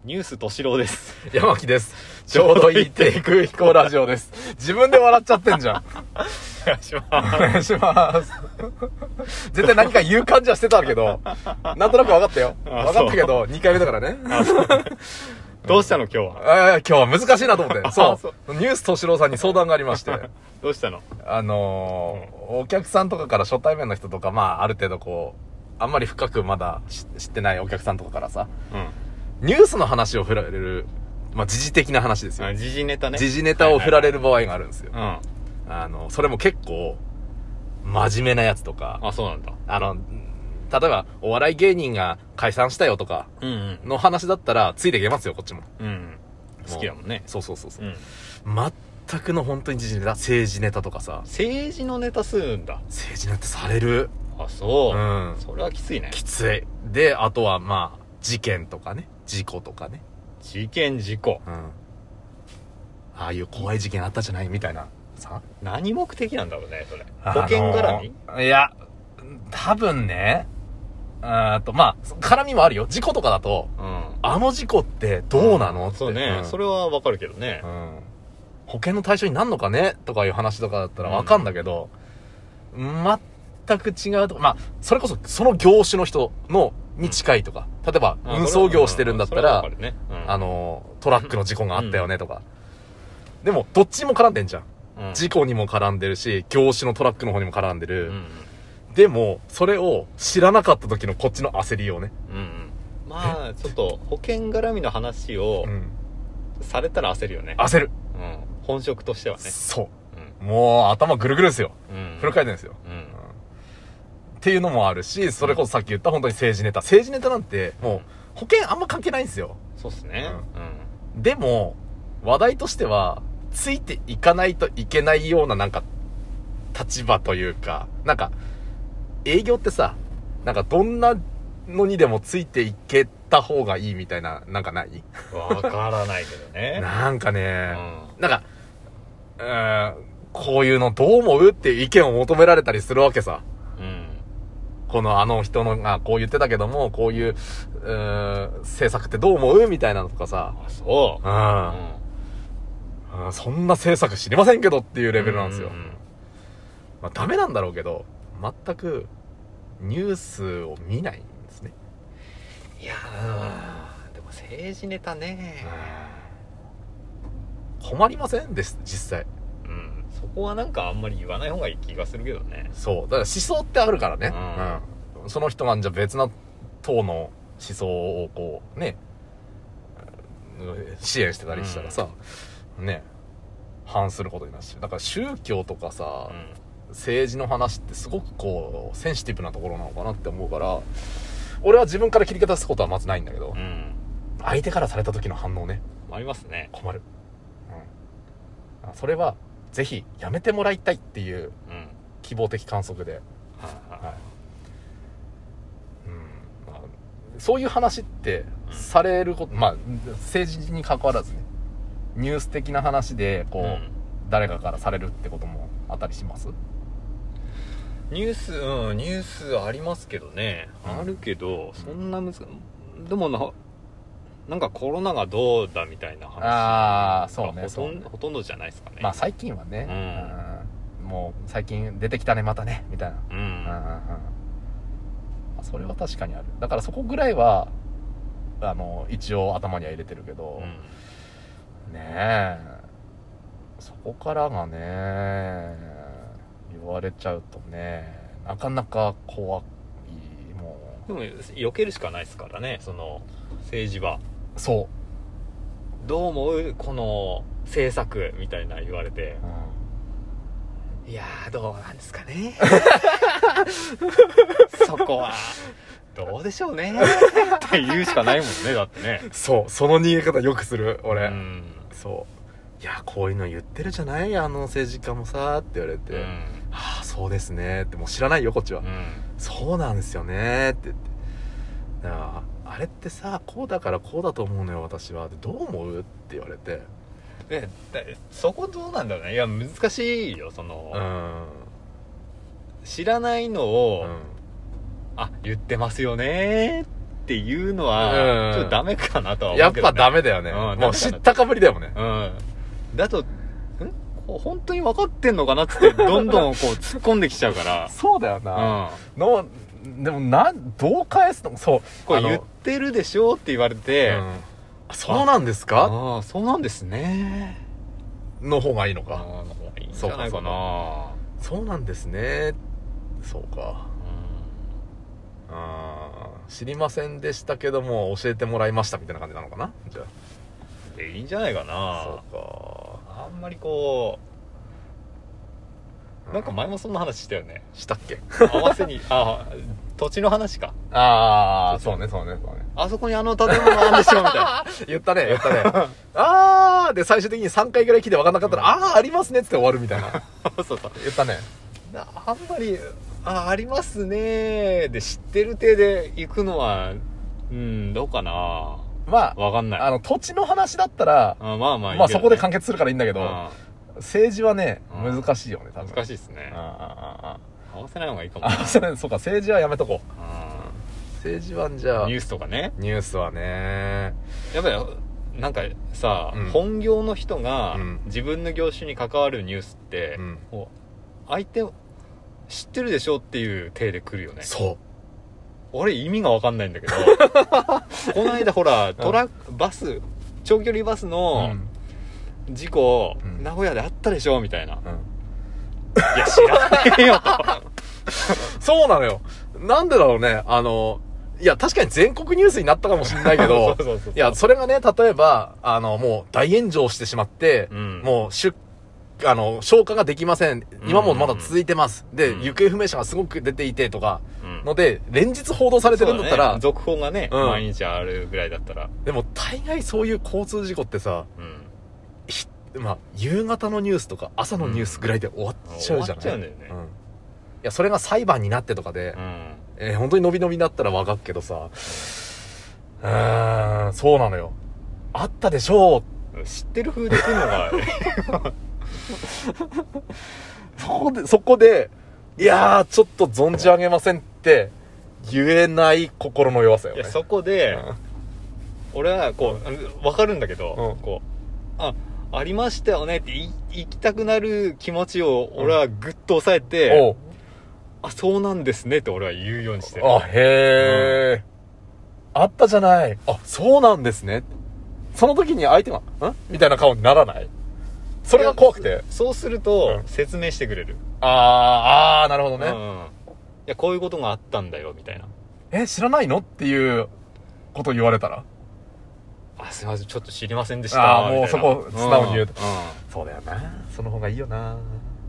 ニュースとしろうです。 山木です。ちょうどいいテイク飛行ラジオです。自分で笑っちゃってんじゃん。 お願いします。 お願いします。絶対何か言う感じはしてたけど、なんとなく分かったよ。分かったけど、2回目だからね。 どうしたの今日は。 今日は難しいなと思って。そう。ニュースとしろうさんに相談がありまして。 どうしたの？ お客さんとかから初対面の人とか、まあ、ある程度こう、あんまり深くまだ知ってないお客さんとかからさ、ニュースの話を振られる、まあ、時事的な話ですよ。 時事ネタね。 時事ネタを振られる場合があるんですよ。 うん。 それも結構、真面目なやつとか。 あ、そうなんだ。 例えば、お笑い芸人が解散したよとか、の話だったら、ついていけますよ、こっちも。 うん。好きだもんね。 そう。全くの本当に時事ネタ、政治ネタとかさ。 政治のネタするんだ。 政治ネタされる。 あ、そう。 うん。 それはきついね。 きつい。で、あとはまあ、事件とかね。事故とかね。 事件、事故。 うん。ああいう怖い事件あったじゃないみたいな。さ。 何目的なんだろうね、それ。保険絡み？いや、多分ね、まあ、絡みもあるよ。事故とかだと、あの事故ってどうなのって。 そうね、それはわかるけどね。 保険の対象になんのかねとかいう話とかだったらわかんだけど、全く違うとか、まあ、それこそその業種の人に近いとか、例えば運送業してるんだったら、トラックの事故があったよねとか。でも、どっちも絡んでんじゃん。事故にも絡んでるし、業種のトラックの方にも絡んでる。でも、それを知らなかった時のこっちの焦りをね。 まあ、ちょっと保険絡みの話をされたら焦るよね。 焦る。 本職としてはね。 そう。もう頭ぐるぐるですよ。フル回転ですよ。っていうのもあるし、それこそさっき言った本当に政治ネタ。政治ネタなんて、もう保険あんま関係ないんですよ。 そうっすね。 でも、話題としては、ついていかないといけないようななんか、立場というか、なんか、営業ってさ、なんかどんなのにでもついていけた方がいいみたいな、なんかない？ わからないけどね。 なんかね、なんか、こういうのどう思うっていう意見を求められたりするわけさ。このあの人のがこう言ってたけども、こういう、政策ってどう思うみたいなのとかさ。 あ、そう。 そんな政策知りませんけどっていうレベルなんですよ。まあダメなんだろうけど、全くニュースを見ないんですね。 いやでも政治ネタね。 困りません実際。 そこはなんかあんまり言わない方がいい気がするけどね。 そう。だから思想ってあるからね。その人がじゃあ別な党の思想をこうね、支援してたりしたらさ、ね、反することになるし。だから宗教とかさ、政治の話ってすごくこうセンシティブなところなのかなって思うから、俺は自分から切り方すことはまずないんだけど、相手からされた時の反応ね、 ありますね。 困る。それはぜひやめてもらいたいっていう希望的観測で、そういう話ってされること、まあ政治に関わらずね、ニュース的な話でこう、誰かからされるってこともあったりします？ ニュースありますけどね。あるけど、そんなでもなんかコロナがどうだみたいな話そうね、 ほとんどじゃないですかね。 まあ最近はね、もう最近出てきたねまたねみたいな、それは確かにある。だからそこぐらいは一応頭には入れてるけど、ねえ、そこからがね言われちゃうとね、なかなか怖い。もうでも避けるしかないですからね、その政治は。 そうどう思うこの政策みたいな言われて、いやーどうなんですかねそこはどうでしょうねって言うしかないもんね。だってね。 その逃げ方よくする俺。いやこういうの言ってるじゃない政治家もさって言われて、ああそうですねって、もう知らないよこっちは、そうなんですよねって言って、だからあれってさこうだからこうだと思うのよ私は、どう思うって言われて、 そこどうなんだろうね。いや難しいよ、その、知らないのを、あ言ってますよねっっていうのはちょっとダメかなとは思やっうけど、ね、 ぱダメだよね、もう知ったかぶりだよね。 だと本当に分かってんのかなっつってどんどんこう突っ込んできちゃうからそうだよな、でもどう返すの。そうこれ言ってるでしょって言われて、 そうなんですか、 そうなんですねの方がいいのか。 の方がいいんじゃないかな。 そうなんですね。そうか。知りませんでしたけども教えてもらいましたみたいな感じなのかな。じゃあいいんじゃないかな。 そうか。 あんまりこうなんか前もそんな話したよね。 したっけ。 合わせに土地の話か。 そうね。 あそこにあの建物なんでしょみたいな言ったねで最終的に3回ぐらい聞いて分かんなかったら、ありますねっつって終わるみたいなそう言ったね。 あんまりありますねで知ってる手で行くのはどうかな。 まあ分かんない。 土地の話だったらまあいいけどね、 まあそこで完結するからいいんだけど、政治はね難しいよね多分。 難しいですね。合わせない方がいいかも。 そうか政治はやめとこう。政治はじゃあニュースとかね。 ニュースはねやっぱりなんかさ、本業の人が自分の業種に関わるニュースって、もう相手を知ってるでしょっていう体で来るよね。 そう俺意味が分かんないんだけどこの間ほらバス長距離バスの事故、名古屋であったでしょみたいな、いや知らねえよとそうなのよ。なんでだろうね。いや確かに全国ニュースになったかもしれないけどそういやそれがね例えばもう大炎上してしまって、もう消火ができません、今もまだ続いてます、で、行方不明者がすごく出ていてとかので、連日報道されてるんだったら、 ね、続報がね、毎日あるぐらいだったら。 でも大概そういう交通事故ってさ、まあ夕方のニュースとか朝のニュースぐらいで終わっちゃうじゃない。 終わっちゃうんだよね。 いやそれが裁判になってとかで、本当に伸び伸びになったら分かるけどさ、そうなのよ。あったでしょう。 知ってる風で来るのがそこでいやちょっと存じ上げませんって言えない心の弱さよね。 いやそこで、俺はこう分かるんだけど、こうありましたよねって言いたくなる気持ちを俺はグッと抑えて、そうなんですねって俺は言うようにしてる。 へー、あったじゃない、そうなんですね。その時に相手がみたいな顔にならない。それが怖くて。 そうすると説明してくれる。 なるほどね。 いやこういうことがあったんだよみたいな。 知らないのっていうこと言われたら、 すいませんちょっと知りませんでしたもうそこ素直に言うと、そうだよな、その方がいいよな。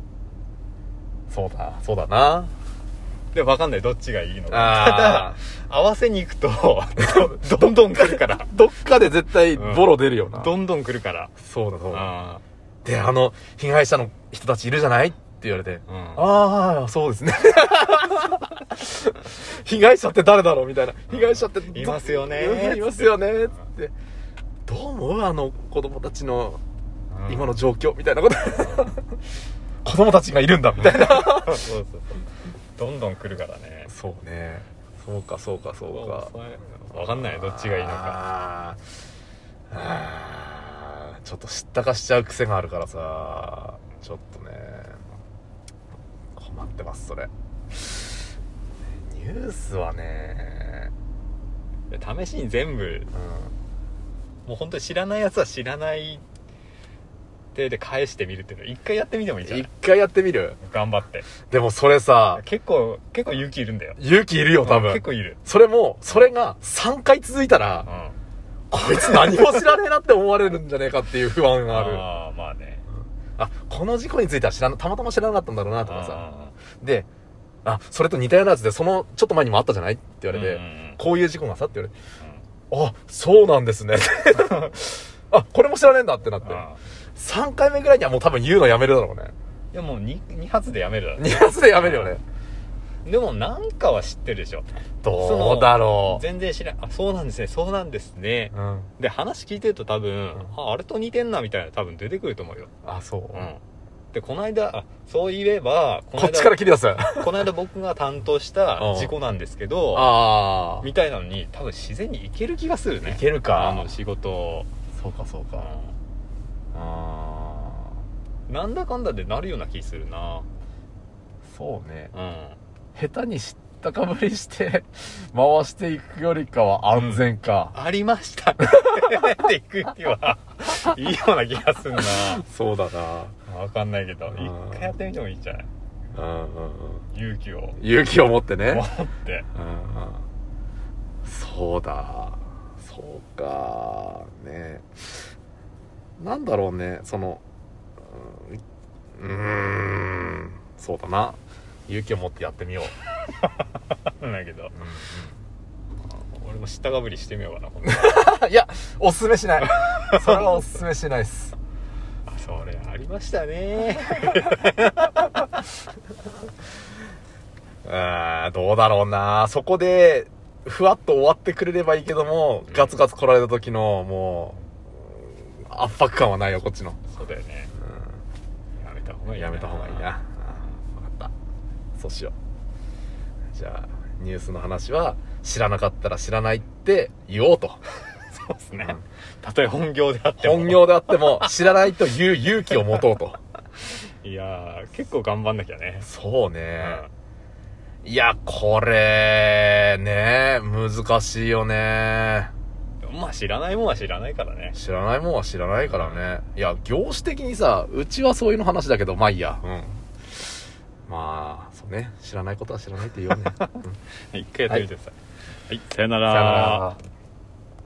そうだな。 で分かんないどっちがいいのか。ただ合わせに行くとどんどん来るからどっかで絶対ボロ出るよな、 どんどん来るから。 そうだで被害者の人たちいるじゃないって言われて、そうですね被害者って誰だろうみたいな、被害者っていますよねいますよねってどう思う子供たちの今の状況みたいなこと子供たちがいるんだみたいなそうどんどん来るからね。 そうね。そうか分かんないどっちがいいのか。 ちょっと知ったかしちゃう癖があるからさ、ちょっとね困ってますそれ。ニュースはね試しに全部、もう本当に知らないやつは知らない手で返してみるっていうの一回やってみてもいいじゃん。 一回やってみる。頑張って。でもそれさ結構勇気いるんだよ。 勇気いるよ多分。 結構いる。 それが3回続いたら、こいつ何も知らねえなって思われるんじゃねえかっていう不安がある。 まあね。 この事故についてはたまたま知らなかったんだろうなとかさ。でそれと似たようなやつでちょっと前にもあったじゃないって言われて、こういう事故がさって言われて、そうなんですねこれも知らねえんだってなって、3回目ぐらいにはもう多分言うのやめるだろうね。 いやもう 2発でやめるだろう。 2発でやめるよね。 でもなんかは知ってるでしょ。 どうだろう。 全然知らん。そうなんですねそうなんですね、で話聞いてると多分、あれと似てんなみたいな多分出てくると思うよ。 そう、 でこの間そう言えばこっちから切り出す。 この間僕が担当した事故なんですけどああ。 みたいなのに多分自然にいける気がするね。 いけるか。 仕事を。 そうかそうか。 なんだかんだでなるような気するな。 そうね。 うん。 下手に知ったかぶりして回していくよりかは安全か。 ありましたね。っていくにはいいような気がするな。 そうだな。 わかんないけど、一回やってみてもいいんじゃない？勇気を持ってね。 持って。 そうだ。そうか。ね。なんだろうね。そうだな。勇気を持ってやってみよう。 なんだけど、俺も知ったかぶりしてみようかな、今度。 いや、おすすめしない。それはおすすめしないっす。 それありましたね。 どうだろうな。そこでふわっと終わってくれればいいけども、ガツガツ来られた時のもう圧迫感はないよ、こっちの。 そうだよね。やめた方がいいな。 やめた方がいいな。分かった。そうしよう。じゃあニュースの話は知らなかったら知らないって言おうと。 そうですね。たとえ本業であっても知らないと言う勇気を持とうと。 いやー、結構頑張んなきゃね。 そうね。いや、これね、難しいよね。 まあ知らないもんは知らないからね。 知らないもんは知らないからね。いや、業種的にさ、うちはそういうの話だけど、まあいいや。まあ、そうね。知らないことは知らないって言おうね。 一回やってみてください。はい、さよなら。 さよなら。